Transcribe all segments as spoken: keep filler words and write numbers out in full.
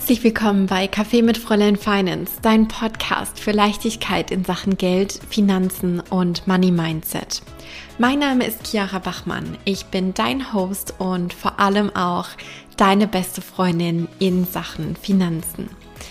Herzlich willkommen bei Kaffee mit Fräulein Finance, dein Podcast für Leichtigkeit in Sachen Geld, Finanzen und Money Mindset. Mein Name ist Chiara Bachmann, ich bin dein Host und vor allem auch deine beste Freundin in Sachen Finanzen.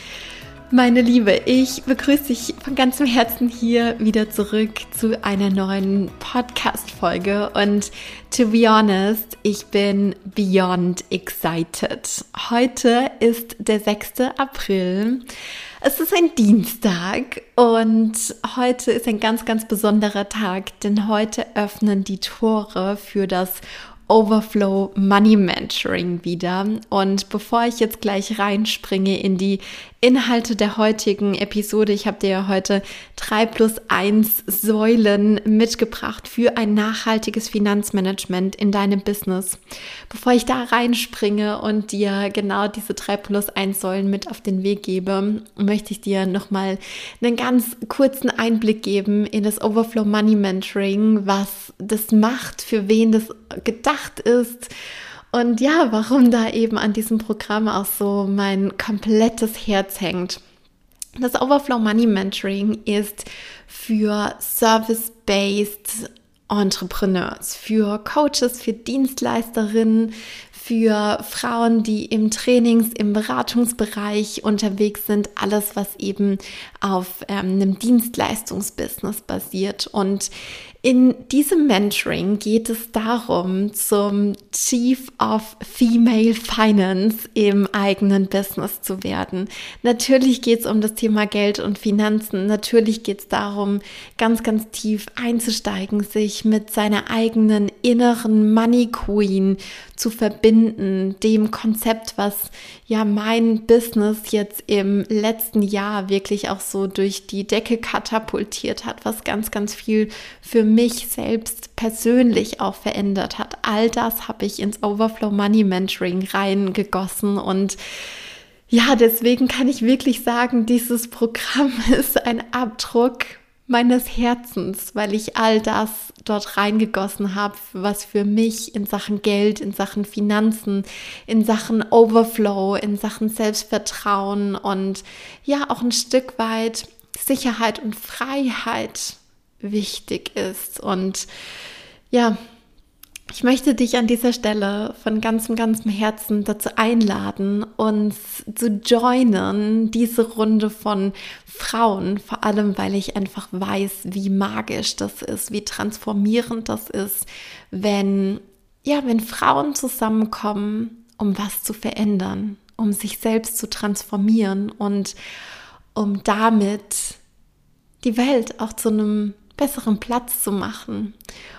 Meine Liebe, ich begrüße dich von ganzem Herzen hier wieder zurück zu einer neuen Podcast-Folge und to be honest, ich bin beyond excited. Heute ist der sechster April. Es ist ein Dienstag und heute ist ein ganz, ganz besonderer Tag, denn heute öffnen die Tore für das Overflow Money Mentoring wieder. Und bevor ich jetzt gleich reinspringe in die Inhalte der heutigen Episode, ich habe dir ja heute drei plus eins Säulen mitgebracht für ein nachhaltiges Finanzmanagement in deinem Business. Bevor ich da reinspringe und dir genau diese drei plus eins Säulen mit auf den Weg gebe, möchte ich dir nochmal einen ganz kurzen Einblick geben in das Overflow Money Mentoring, was das macht, für wen das gedacht ist. Und ja, warum da eben an diesem Programm auch so mein komplettes Herz hängt. Das Overflow Money Mentoring ist für Service-Based Entrepreneurs, für Coaches, für Dienstleisterinnen, für Frauen, die im Trainings-, im Beratungsbereich unterwegs sind, alles, was eben auf ähm, einem Dienstleistungsbusiness basiert. Und in diesem Mentoring geht es darum, zum Chief of Female Finance im eigenen Business zu werden. Natürlich geht es um das Thema Geld und Finanzen. Natürlich geht es darum, ganz, ganz tief einzusteigen, sich mit seiner eigenen inneren Money Queen zu verbinden, dem Konzept, was ja mein Business jetzt im letzten Jahr wirklich auch so durch die Decke katapultiert hat, was ganz, ganz viel für mich selbst persönlich auch verändert hat. All das habe ich ins Overflow Money Mentoring reingegossen und ja, deswegen kann ich wirklich sagen, dieses Programm ist ein Abdruck meines Herzens, weil ich all das dort reingegossen habe, was für mich in Sachen Geld, in Sachen Finanzen, in Sachen Overflow, in Sachen Selbstvertrauen und ja auch ein Stück weit Sicherheit und Freiheit wichtig ist. Und ja, ich möchte dich an dieser Stelle von ganzem, ganzem Herzen dazu einladen, uns zu joinen, diese Runde von Frauen, vor allem, weil ich einfach weiß, wie magisch das ist, wie transformierend das ist, wenn, ja, wenn Frauen zusammenkommen, um was zu verändern, um sich selbst zu transformieren und um damit die Welt auch zu einem besseren Platz zu machen.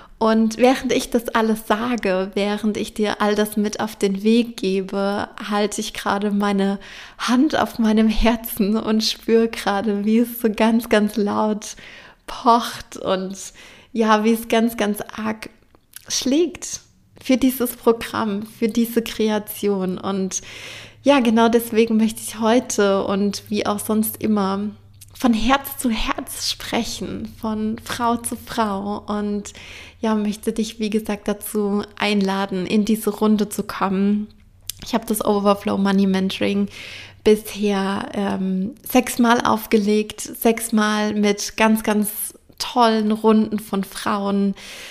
Und während ich das alles sage, während ich dir all das mit auf den Weg gebe, halte ich gerade meine Hand auf meinem Herzen und spüre gerade, wie es so ganz, ganz laut pocht und ja, wie es ganz, ganz arg schlägt für dieses Programm, für diese Kreation. Und ja, genau deswegen möchte ich heute und wie auch sonst immer von Herz zu Herz sprechen, von Frau zu Frau und ja, möchte dich, wie gesagt, dazu einladen, in diese Runde zu kommen. Ich habe das Overflow Money Mentoring bisher ähm, sechsmal aufgelegt, sechsmal mit ganz, ganz tollen Runden von Frauen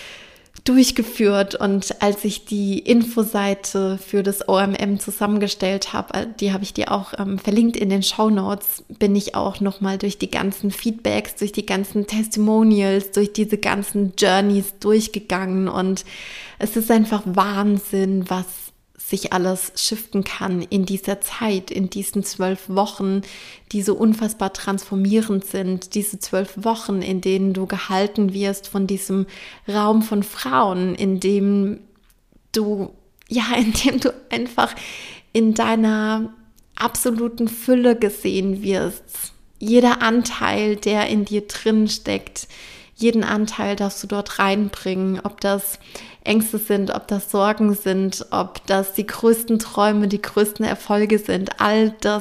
durchgeführt, und als ich die Infoseite für das O M M zusammengestellt habe, die habe ich dir auch ähm, verlinkt in den Shownotes, bin ich auch nochmal durch die ganzen Feedbacks, durch die ganzen Testimonials, durch diese ganzen Journeys durchgegangen, und es ist einfach Wahnsinn, was sich alles shiften kann in dieser Zeit, in diesen zwölf Wochen, die so unfassbar transformierend sind, diese zwölf Wochen, in denen du gehalten wirst von diesem Raum von Frauen, in dem du, ja, in dem du einfach in deiner absoluten Fülle gesehen wirst. Jeder Anteil, der in dir drin steckt, jeden Anteil darfst du dort reinbringen, ob das Ängste sind, ob das Sorgen sind, ob das die größten Träume, die größten Erfolge sind. All das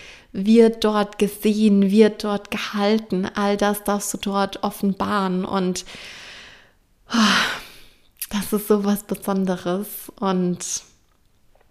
wird dort gesehen, wird dort gehalten. All das darfst du dort offenbaren, und oh, das ist so was Besonderes. Und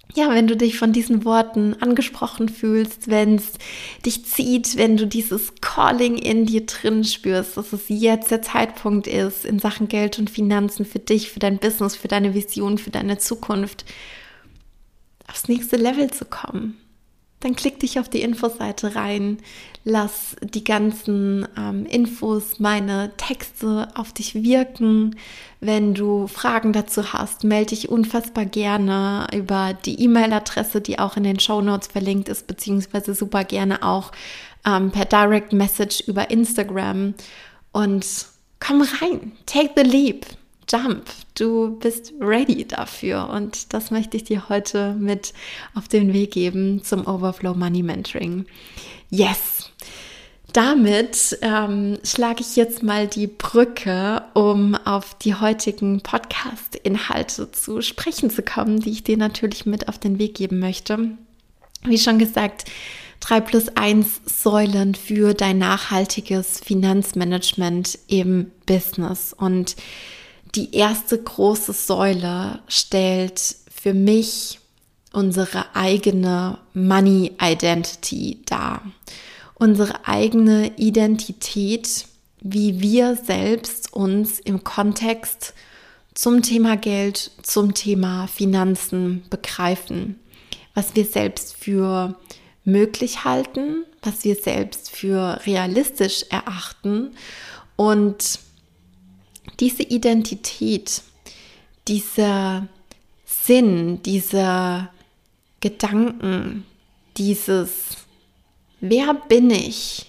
ja, wenn du dich von diesen Worten angesprochen fühlst, wenn es dich zieht, wenn du dieses Calling in dir drin spürst, dass es jetzt der Zeitpunkt ist, in Sachen Geld und Finanzen für dich, für dein Business, für deine Vision, für deine Zukunft aufs nächste Level zu kommen, dann klick dich auf die Infoseite rein, lass die ganzen ähm, Infos, meine Texte auf dich wirken. Wenn du Fragen dazu hast, melde dich unfassbar gerne über die E-Mail-Adresse, die auch in den Shownotes verlinkt ist, beziehungsweise super gerne auch ähm, per Direct Message über Instagram. Und komm rein, take the leap. Jump, du bist ready dafür und das möchte ich dir heute mit auf den Weg geben zum Overflow Money Mentoring. Yes! Damit ähm, schlage ich jetzt mal die Brücke, um auf die heutigen Podcast-Inhalte zu sprechen zu kommen, die ich dir natürlich mit auf den Weg geben möchte. Wie schon gesagt, drei plus eins Säulen für dein nachhaltiges Finanzmanagement im Business. Und die erste große Säule stellt für mich unsere eigene Money Identity dar. Unsere eigene Identität, wie wir selbst uns im Kontext zum Thema Geld, zum Thema Finanzen begreifen. Was wir selbst für möglich halten, was wir selbst für realistisch erachten und diese Identität, dieser Sinn, dieser Gedanken, dieses Wer bin ich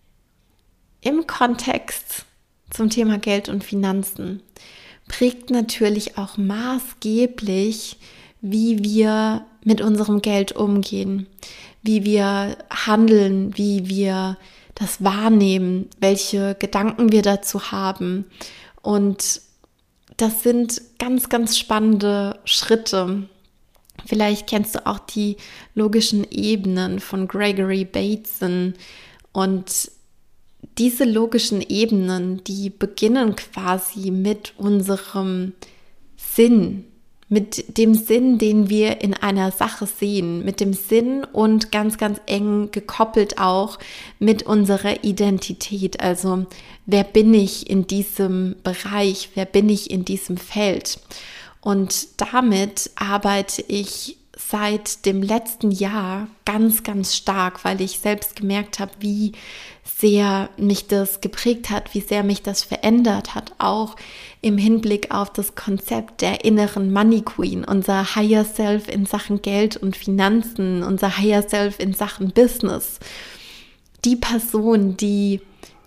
im Kontext zum Thema Geld und Finanzen, prägt natürlich auch maßgeblich, wie wir mit unserem Geld umgehen, wie wir handeln, wie wir das wahrnehmen, welche Gedanken wir dazu haben. Und das sind ganz, ganz spannende Schritte. Vielleicht kennst du auch die logischen Ebenen von Gregory Bateson. Und diese logischen Ebenen, die beginnen quasi mit unserem Sinn, mit dem Sinn, den wir in einer Sache sehen, mit dem Sinn und ganz, ganz eng gekoppelt auch mit unserer Identität. Also wer bin ich in diesem Bereich, wer bin ich in diesem Feld? Und damit arbeite ich seit dem letzten Jahr ganz, ganz stark, weil ich selbst gemerkt habe, wie sehr mich das geprägt hat, wie sehr mich das verändert hat, auch im Hinblick auf das Konzept der inneren Money Queen, unser Higher Self in Sachen Geld und Finanzen, unser Higher Self in Sachen Business. Die Person, die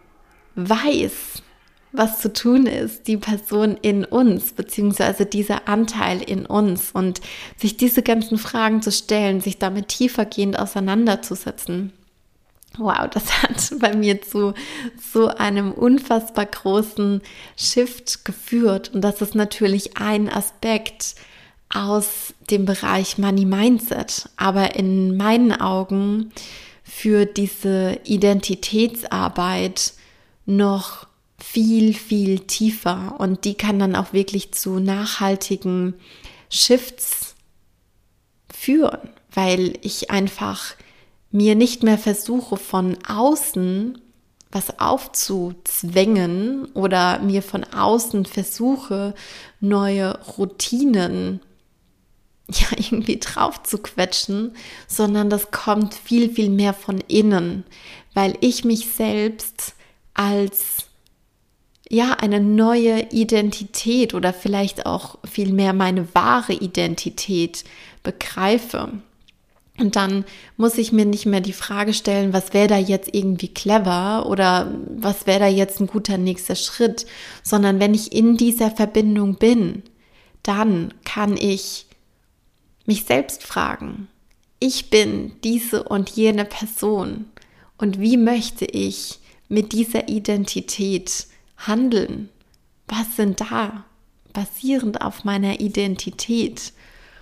weiß, was zu tun ist, die Person in uns, beziehungsweise dieser Anteil in uns und sich diese ganzen Fragen zu stellen, sich damit tiefergehend auseinanderzusetzen. Wow, das hat bei mir zu so einem unfassbar großen Shift geführt. Und das ist natürlich ein Aspekt aus dem Bereich Money Mindset. Aber in meinen Augen für diese Identitätsarbeit noch viel, viel tiefer. Und die kann dann auch wirklich zu nachhaltigen Shifts führen, weil ich einfach mir nicht mehr versuche, von außen was aufzuzwängen oder mir von außen versuche, neue Routinen ja irgendwie drauf zu quetschen, sondern das kommt viel, viel mehr von innen, weil ich mich selbst als ja eine neue Identität oder vielleicht auch viel mehr meine wahre Identität begreife. Und dann muss ich mir nicht mehr die Frage stellen, was wäre da jetzt irgendwie clever oder was wäre da jetzt ein guter nächster Schritt, sondern wenn ich in dieser Verbindung bin, dann kann ich mich selbst fragen, ich bin diese und jene Person und wie möchte ich mit dieser Identität handeln? Was sind da basierend auf meiner Identität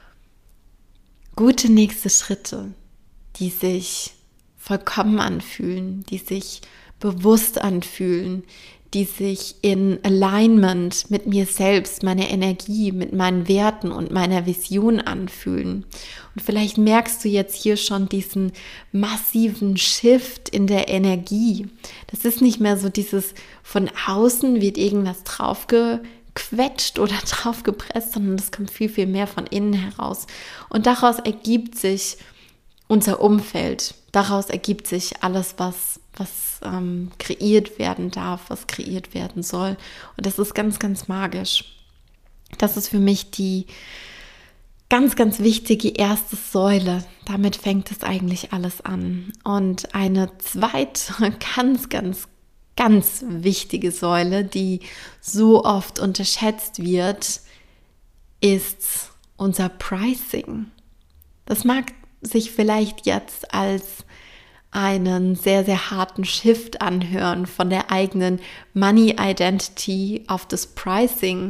gute nächste Schritte, die sich vollkommen anfühlen, die sich bewusst anfühlen, die sich in Alignment mit mir selbst, meiner Energie, mit meinen Werten und meiner Vision anfühlen. Und vielleicht merkst du jetzt hier schon diesen massiven Shift in der Energie. Das ist nicht mehr so dieses von außen wird irgendwas draufgequetscht oder draufgepresst, sondern das kommt viel, viel mehr von innen heraus. Und daraus ergibt sich unser Umfeld. Daraus ergibt sich alles, was was ähm, kreiert werden darf, was kreiert werden soll. Und das ist ganz, ganz magisch. Das ist für mich die ganz, ganz wichtige erste Säule. Damit fängt es eigentlich alles an. Und eine zweite, ganz, ganz, ganz wichtige Säule, die so oft unterschätzt wird, ist unser Pricing. Das mag sich vielleicht jetzt als einen sehr, sehr harten Shift anhören von der eigenen Money Identity auf das Pricing.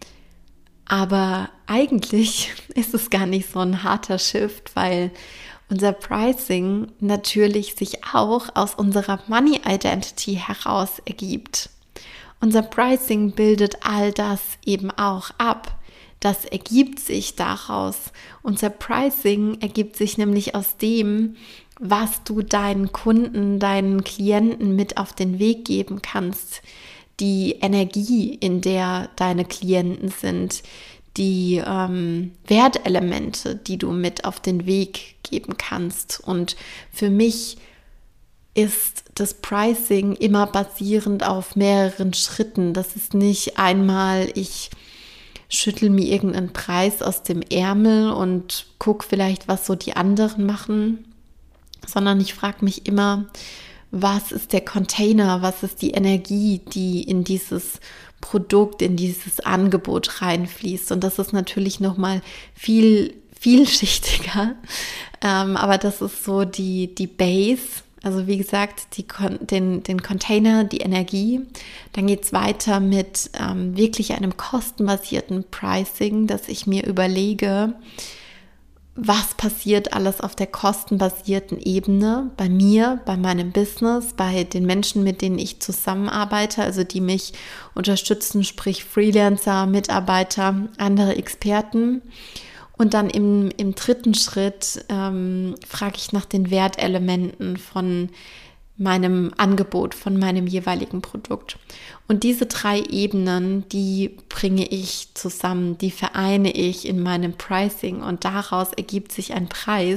Aber eigentlich ist es gar nicht so ein harter Shift, weil unser Pricing natürlich sich auch aus unserer Money Identity heraus ergibt. Unser Pricing bildet all das eben auch ab. Das ergibt sich daraus. Unser Pricing ergibt sich nämlich aus dem, was du deinen Kunden, deinen Klienten mit auf den Weg geben kannst, die Energie, in der deine Klienten sind, die ähm, Wertelemente, die du mit auf den Weg geben kannst. Und für mich ist das Pricing immer basierend auf mehreren Schritten. Das ist nicht einmal, ich schüttel mir irgendeinen Preis aus dem Ärmel und guck vielleicht, was so die anderen machen, sondern ich frage mich immer, was ist der Container, was ist die Energie, die in dieses Produkt, in dieses Angebot reinfließt. Und das ist natürlich nochmal viel vielschichtiger, ähm, aber das ist so die, die Base. Also wie gesagt, die, den, den Container, die Energie. Dann geht es weiter mit ähm, wirklich einem kostenbasierten Pricing, dass ich mir überlege, was passiert alles auf der kostenbasierten Ebene bei mir, bei meinem Business, bei den Menschen, mit denen ich zusammenarbeite, also die mich unterstützen, sprich Freelancer, Mitarbeiter, andere Experten. Und dann im, im dritten Schritt ähm, frage ich nach den Wertelementen von meinem Angebot, von meinem jeweiligen Produkt. Und diese drei Ebenen, die bringe ich zusammen, die vereine ich in meinem Pricing und daraus ergibt sich ein Preis,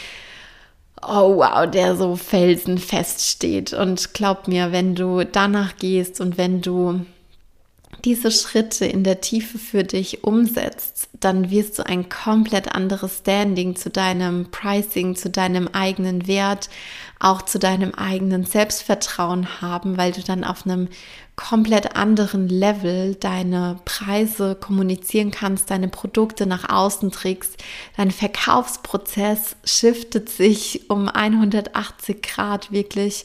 oh wow, der so felsenfest steht. Und glaub mir, wenn du danach gehst und wenn du diese Schritte in der Tiefe für dich umsetzt, dann wirst du ein komplett anderes Standing zu deinem Pricing, zu deinem eigenen Wert, auch zu deinem eigenen Selbstvertrauen haben, weil du dann auf einem komplett anderen Level deine Preise kommunizieren kannst, deine Produkte nach außen trägst. Dein Verkaufsprozess shiftet sich um hundertachtzig Grad wirklich.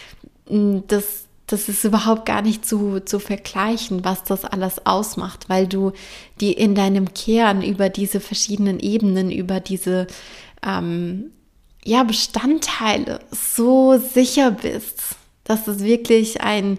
Das Das ist überhaupt gar nicht zu, zu vergleichen, was das alles ausmacht, weil du die in deinem Kern über diese verschiedenen Ebenen, über diese ähm, ja, Bestandteile so sicher bist, dass es wirklich ein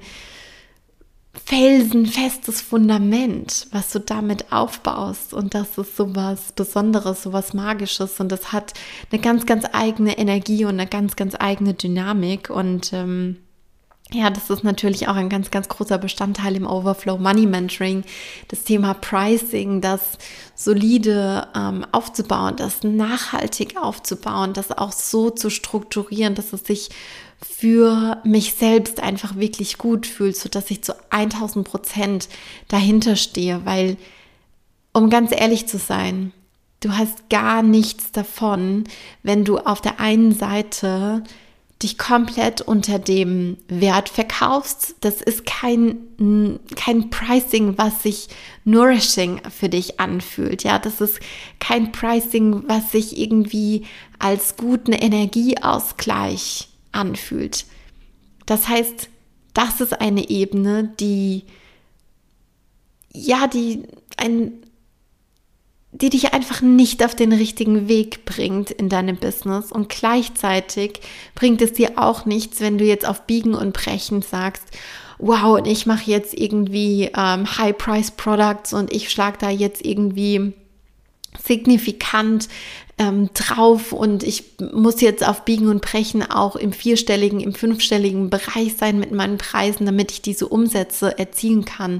felsenfestes Fundament, was du damit aufbaust, und das ist sowas Besonderes, sowas Magisches, und das hat eine ganz, ganz eigene Energie und eine ganz, ganz eigene Dynamik. Und ähm, ja, das ist natürlich auch ein ganz, ganz großer Bestandteil im Overflow Money Mentoring, das Thema Pricing, das solide ähm, aufzubauen, das nachhaltig aufzubauen, das auch so zu strukturieren, dass es sich für mich selbst einfach wirklich gut fühlt, sodass ich zu tausend Prozent dahinter stehe, weil, um ganz ehrlich zu sein, du hast gar nichts davon, wenn du auf der einen Seite dich komplett unter dem Wert verkaufst. Das ist kein, kein Pricing, was sich nourishing für dich anfühlt. Ja, das ist kein Pricing, was sich irgendwie als guten Energieausgleich anfühlt. Das heißt, das ist eine Ebene, die, ja, die ein die dich einfach nicht auf den richtigen Weg bringt in deinem Business, und gleichzeitig bringt es dir auch nichts, wenn du jetzt auf Biegen und Brechen sagst, wow, und ich mache jetzt irgendwie ähm, High-Price-Products und ich schlage da jetzt irgendwie signifikant ähm, drauf und ich muss jetzt auf Biegen und Brechen auch im vierstelligen, im fünfstelligen Bereich sein mit meinen Preisen, damit ich diese Umsätze erzielen kann.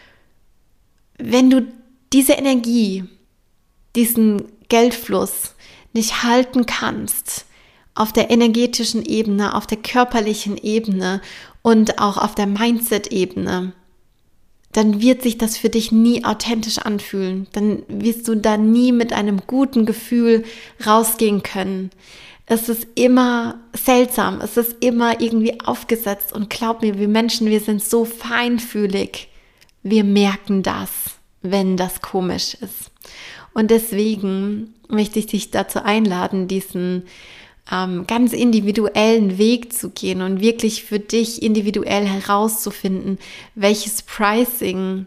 Wenn du diese Energie, diesen Geldfluss nicht halten kannst, auf der energetischen Ebene, auf der körperlichen Ebene und auch auf der Mindset-Ebene, dann wird sich das für dich nie authentisch anfühlen. Dann wirst du da nie mit einem guten Gefühl rausgehen können. Es ist immer seltsam, es ist immer irgendwie aufgesetzt und glaub mir, wir Menschen, wir sind so feinfühlig. Wir merken das, wenn das komisch ist. Und deswegen möchte ich dich dazu einladen, diesen ähm, ganz individuellen Weg zu gehen und wirklich für dich individuell herauszufinden, welches Pricing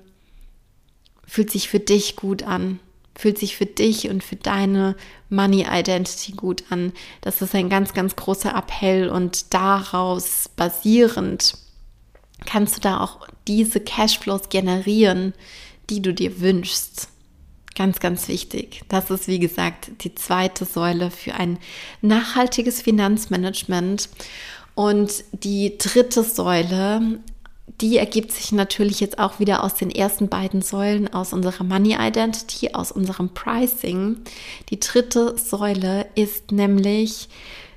fühlt sich für dich gut an, fühlt sich für dich und für deine Money Identity gut an. Das ist ein ganz, ganz großer Appell und daraus basierend kannst du da auch diese Cashflows generieren, die du dir wünschst. Ganz, ganz wichtig. Das ist, wie gesagt, die zweite Säule für ein nachhaltiges Finanzmanagement. Und die dritte Säule, die ergibt sich natürlich jetzt auch wieder aus den ersten beiden Säulen, aus unserer Money Identity, aus unserem Pricing. Die dritte Säule ist nämlich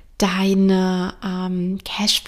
deine ähm,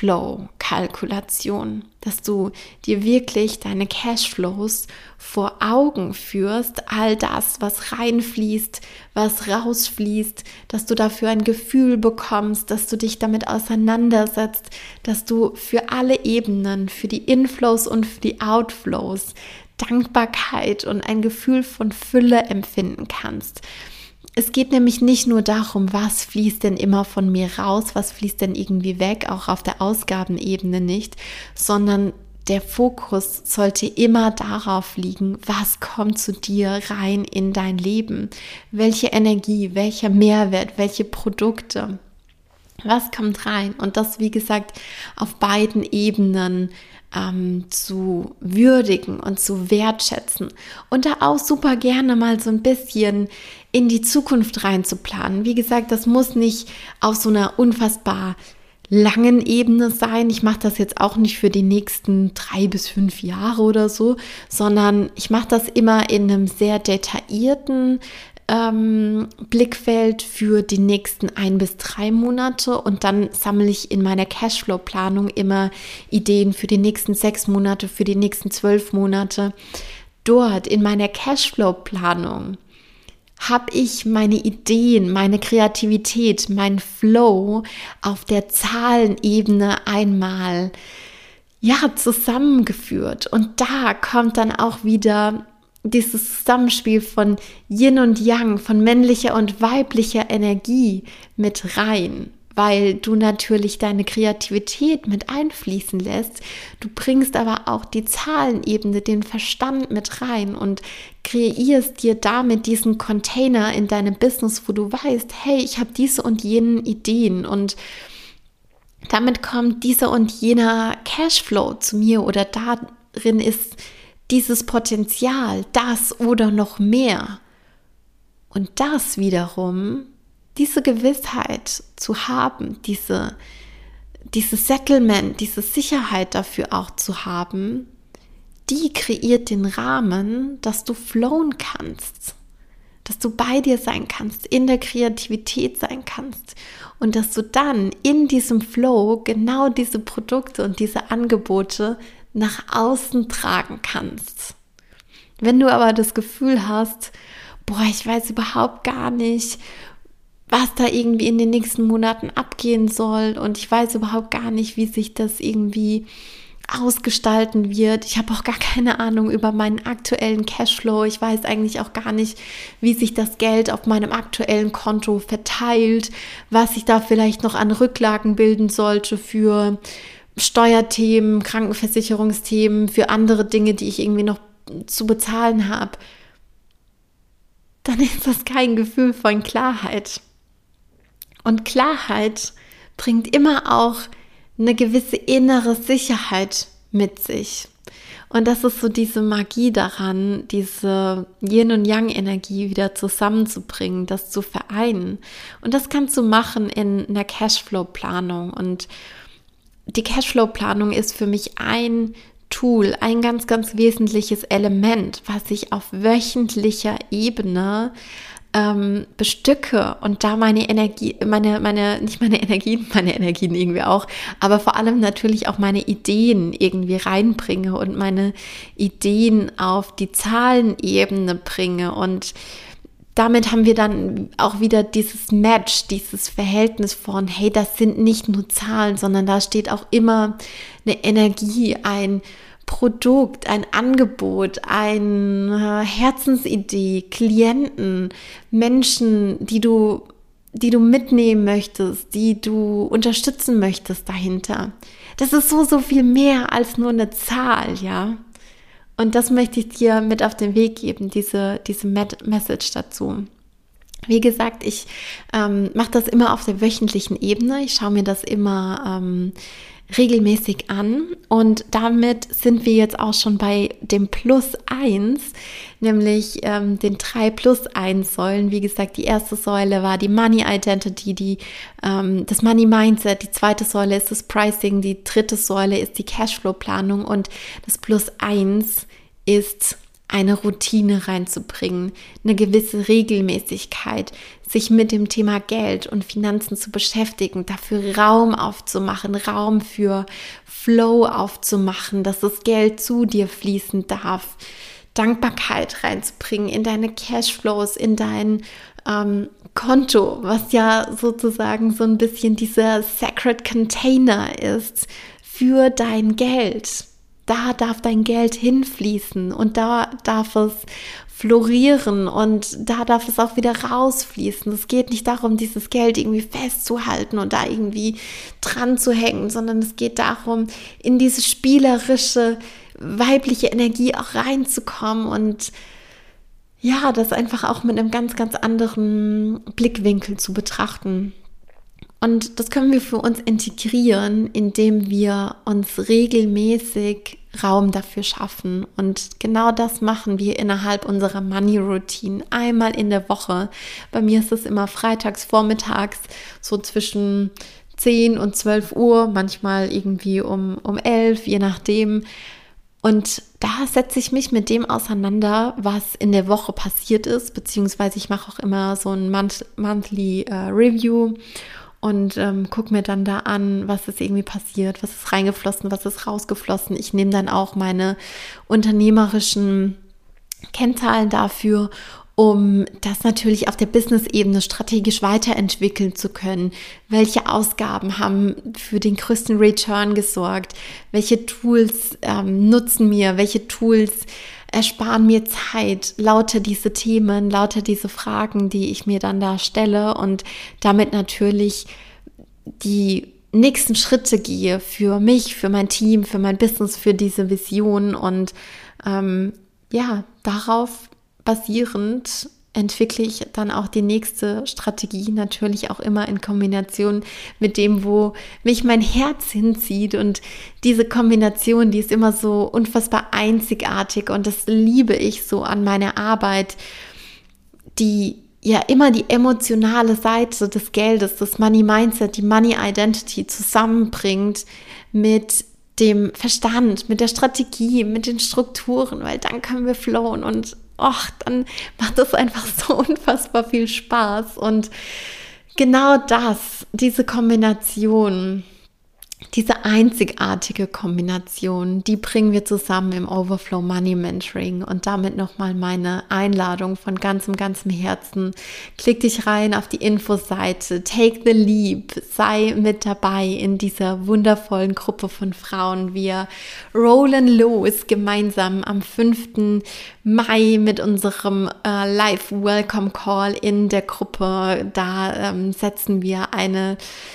Cashflow-Kalkulation, dass du dir wirklich deine Cashflows vor Augen führst, all das, was reinfließt, was rausfließt, dass du dafür ein Gefühl bekommst, dass du dich damit auseinandersetzt, dass du für alle Ebenen, für die Inflows und für die Outflows Dankbarkeit und ein Gefühl von Fülle empfinden kannst. Es geht nämlich nicht nur darum, was fließt denn immer von mir raus, was fließt denn irgendwie weg, auch auf der Ausgabenebene nicht, sondern der Fokus sollte immer darauf liegen, was kommt zu dir rein in dein Leben, welche Energie, welcher Mehrwert, welche Produkte, was kommt rein und das, wie gesagt, auf beiden Ebenen Ähm, zu würdigen und zu wertschätzen und da auch super gerne mal so ein bisschen in die Zukunft rein zu planen. Wie gesagt, das muss nicht auf so einer unfassbar langen Ebene sein. Ich mache das jetzt auch nicht für die nächsten drei bis fünf Jahre oder so, sondern ich mache das immer in einem sehr detaillierten Ähm, Blickfeld für die nächsten ein bis drei Monate und dann sammle ich in meiner Cashflow-Planung immer Ideen für die nächsten sechs Monate, für die nächsten zwölf Monate. Dort in meiner Cashflow-Planung habe ich meine Ideen, meine Kreativität, mein Flow auf der Zahlenebene einmal ja, zusammengeführt und da kommt dann auch wieder dieses Zusammenspiel von Yin und Yang, von männlicher und weiblicher Energie mit rein, weil du natürlich deine Kreativität mit einfließen lässt. Du bringst aber auch die Zahlenebene, den Verstand mit rein und kreierst dir damit diesen Container in deinem Business, wo du weißt, hey, ich habe diese und jenen Ideen und damit kommt dieser und jener Cashflow zu mir oder darin ist dieses Potenzial, das oder noch mehr. Und das wiederum, diese Gewissheit zu haben, diese, dieses Settlement, diese Sicherheit dafür auch zu haben, die kreiert den Rahmen, dass du flowen kannst, dass du bei dir sein kannst, in der Kreativität sein kannst und dass du dann in diesem Flow genau diese Produkte und diese Angebote nach außen tragen kannst. Wenn du aber das Gefühl hast, boah, ich weiß überhaupt gar nicht, was da irgendwie in den nächsten Monaten abgehen soll und ich weiß überhaupt gar nicht, wie sich das irgendwie ausgestalten wird. Ich habe auch gar keine Ahnung über meinen aktuellen Cashflow. Ich weiß eigentlich auch gar nicht, wie sich das Geld auf meinem aktuellen Konto verteilt, was ich da vielleicht noch an Rücklagen bilden sollte für Steuerthemen, Krankenversicherungsthemen, für andere Dinge, die ich irgendwie noch zu bezahlen habe, dann ist das kein Gefühl von Klarheit. Und Klarheit bringt immer auch eine gewisse innere Sicherheit mit sich. Und das ist so diese Magie daran, diese Yin- und Yang-Energie wieder zusammenzubringen, das zu vereinen. Und das kannst du machen in einer Cashflow-Planung. Und die Cashflow-Planung ist für mich ein Tool, ein ganz, ganz wesentliches Element, was ich auf wöchentlicher Ebene ähm, bestücke und da meine Energie, meine, meine, nicht meine Energien, meine Energien irgendwie auch, aber vor allem natürlich auch meine Ideen irgendwie reinbringe und meine Ideen auf die Zahlenebene bringe. Und damit haben wir dann auch wieder dieses Match, dieses Verhältnis von, hey, das sind nicht nur Zahlen, sondern da steht auch immer eine Energie, ein Produkt, ein Angebot, eine Herzensidee, Klienten, Menschen, die du, die du mitnehmen möchtest, die du unterstützen möchtest dahinter. Das ist so, so viel mehr als nur eine Zahl, ja. Und das möchte ich dir mit auf den Weg geben, diese, diese Message dazu. Wie gesagt, ich ähm, mache das immer auf der wöchentlichen Ebene. Ich schaue mir das immer ähm, regelmäßig an und damit sind wir jetzt auch schon bei dem Plus eins, nämlich ähm, den drei Plus eins Säulen. Wie gesagt, die erste Säule war die Money Identity, die, ähm, das Money Mindset, die zweite Säule ist das Pricing, die dritte Säule ist die Cashflow Planung und das Plus eins ist eine Routine reinzubringen, eine gewisse Regelmäßigkeit, sich mit dem Thema Geld und Finanzen zu beschäftigen, dafür Raum aufzumachen, Raum für Flow aufzumachen, dass das Geld zu dir fließen darf, Dankbarkeit reinzubringen in deine Cashflows, in dein ähm, Konto, was ja sozusagen so ein bisschen dieser Sacred Container ist für dein Geld. Da darf dein Geld hinfließen und da darf es florieren und da darf es auch wieder rausfließen. Es geht nicht darum, dieses Geld irgendwie festzuhalten und da irgendwie dran zu hängen, sondern es geht darum, in diese spielerische, weibliche Energie auch reinzukommen und ja, das einfach auch mit einem ganz, ganz anderen Blickwinkel zu betrachten. Und das können wir für uns integrieren, indem wir uns regelmäßig Raum dafür schaffen. Und genau das machen wir innerhalb unserer Money-Routine einmal in der Woche. Bei mir ist es immer freitags vormittags, so zwischen zehn und zwölf Uhr, manchmal irgendwie um, um elf, je nachdem. Und da setze ich mich mit dem auseinander, was in der Woche passiert ist, beziehungsweise ich mache auch immer so ein Month- Monthly uh, Review und ähm, gucke mir dann da an, was ist irgendwie passiert, was ist reingeflossen, was ist rausgeflossen. Ich nehme dann auch meine unternehmerischen Kennzahlen dafür, um das natürlich auf der Business-Ebene strategisch weiterentwickeln zu können. Welche Ausgaben haben für den größten Return gesorgt? Welche Tools ähm, nutzen mir? Welche Tools ersparen mir Zeit? Lauter diese Themen, lauter diese Fragen, die ich mir dann da stelle und damit natürlich die nächsten Schritte gehe für mich, für mein Team, für mein Business, für diese Vision und ähm, ja, darauf basierend entwickle ich dann auch die nächste Strategie, natürlich auch immer in Kombination mit dem, wo mich mein Herz hinzieht. Und diese Kombination, die ist immer so unfassbar einzigartig und das liebe ich so an meiner Arbeit, die ja immer die emotionale Seite des Geldes, das Money Mindset, die Money Identity zusammenbringt mit dem Verstand, mit der Strategie, mit den Strukturen, weil dann können wir flowen und ach, dann macht das einfach so unfassbar viel Spaß. Und genau das, diese Kombination, diese einzigartige Kombination, die bringen wir zusammen im Overflow Money Mentoring und damit nochmal meine Einladung von ganzem, ganzem Herzen. Klick dich rein auf die Infoseite, take the leap, sei mit dabei in dieser wundervollen Gruppe von Frauen. Wir rollen los gemeinsam am fünften Mai mit unserem äh, Live Welcome Call in der Gruppe. Da ähm, setzen wir eine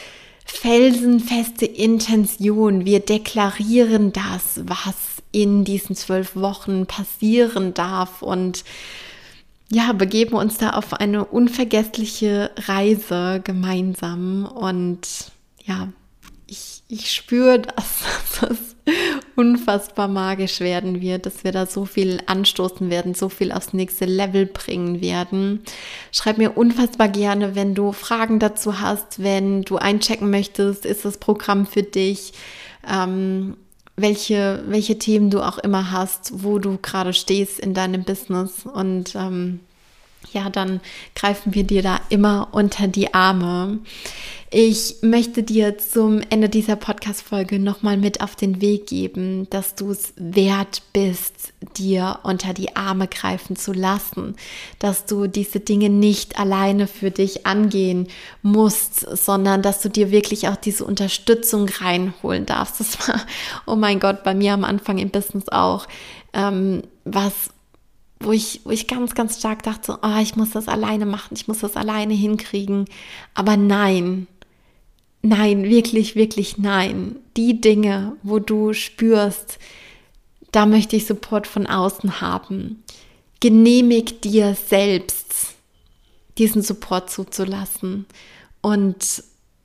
felsenfeste Intention. Wir deklarieren das, was in diesen zwölf Wochen passieren darf und ja, begeben uns da auf eine unvergessliche Reise gemeinsam und ja, ich, ich spüre, dass das unfassbar magisch werden wird, dass wir da so viel anstoßen werden, so viel aufs nächste Level bringen werden. Schreib mir unfassbar gerne, wenn du Fragen dazu hast, wenn du einchecken möchtest, ist das Programm für dich, ähm, welche, welche Themen du auch immer hast, wo du gerade stehst in deinem Business, und ähm, ja, dann greifen wir dir da immer unter die Arme. Ich möchte dir zum Ende dieser Podcast-Folge nochmal mit auf den Weg geben, dass du es wert bist, dir unter die Arme greifen zu lassen, dass du diese Dinge nicht alleine für dich angehen musst, sondern dass du dir wirklich auch diese Unterstützung reinholen darfst. Das war, oh mein Gott, bei mir am Anfang im Business auch, ähm, was Wo ich, wo ich ganz, ganz stark dachte, so, oh, ich muss das alleine machen, ich muss das alleine hinkriegen. Aber nein, nein, wirklich, wirklich nein. Die Dinge, wo du spürst, da möchte ich Support von außen haben. Genehmig dir selbst, diesen Support zuzulassen und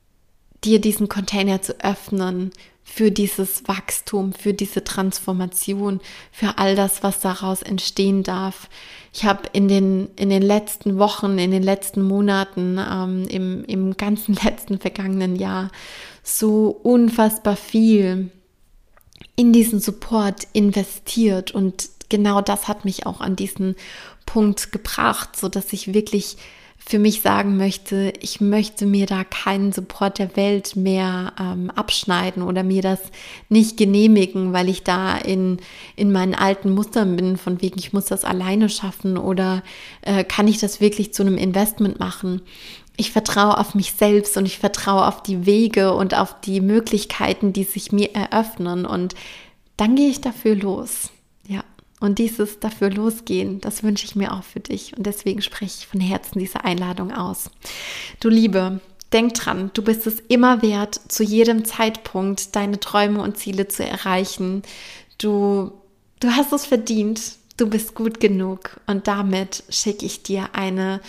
dir diesen Container zu öffnen für dieses Wachstum, für diese Transformation, für all das, was daraus entstehen darf. Ich habe in den, in den letzten Wochen, in den letzten Monaten, ähm, im, im ganzen letzten vergangenen Jahr so unfassbar viel in diesen Support investiert, und genau das hat mich auch an diesen Punkt gebracht, so dass ich wirklich für mich sagen möchte, ich möchte mir da keinen Support der Welt mehr ähm, abschneiden oder mir das nicht genehmigen, weil ich da in, in meinen alten Mustern bin, von wegen, ich muss das alleine schaffen, oder äh, kann ich das wirklich zu einem Investment machen? Ich vertraue auf mich selbst und ich vertraue auf die Wege und auf die Möglichkeiten, die sich mir eröffnen, und dann gehe ich dafür los. Ja. Und dieses dafür losgehen, das wünsche ich mir auch für dich. Und deswegen spreche ich von Herzen diese Einladung aus. Du Liebe, denk dran, du bist es immer wert, zu jedem Zeitpunkt deine Träume und Ziele zu erreichen. Du, du hast es verdient, du bist gut genug. Und damit schicke ich dir eine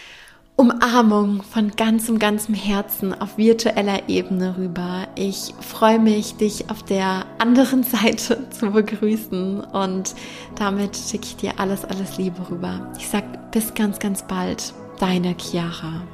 Umarmung von ganzem, ganzem Herzen auf virtueller Ebene rüber. Ich freue mich, dich auf der anderen Seite zu begrüßen, und damit schicke ich dir alles, alles Liebe rüber. Ich sage bis ganz, ganz bald, deine Chiara.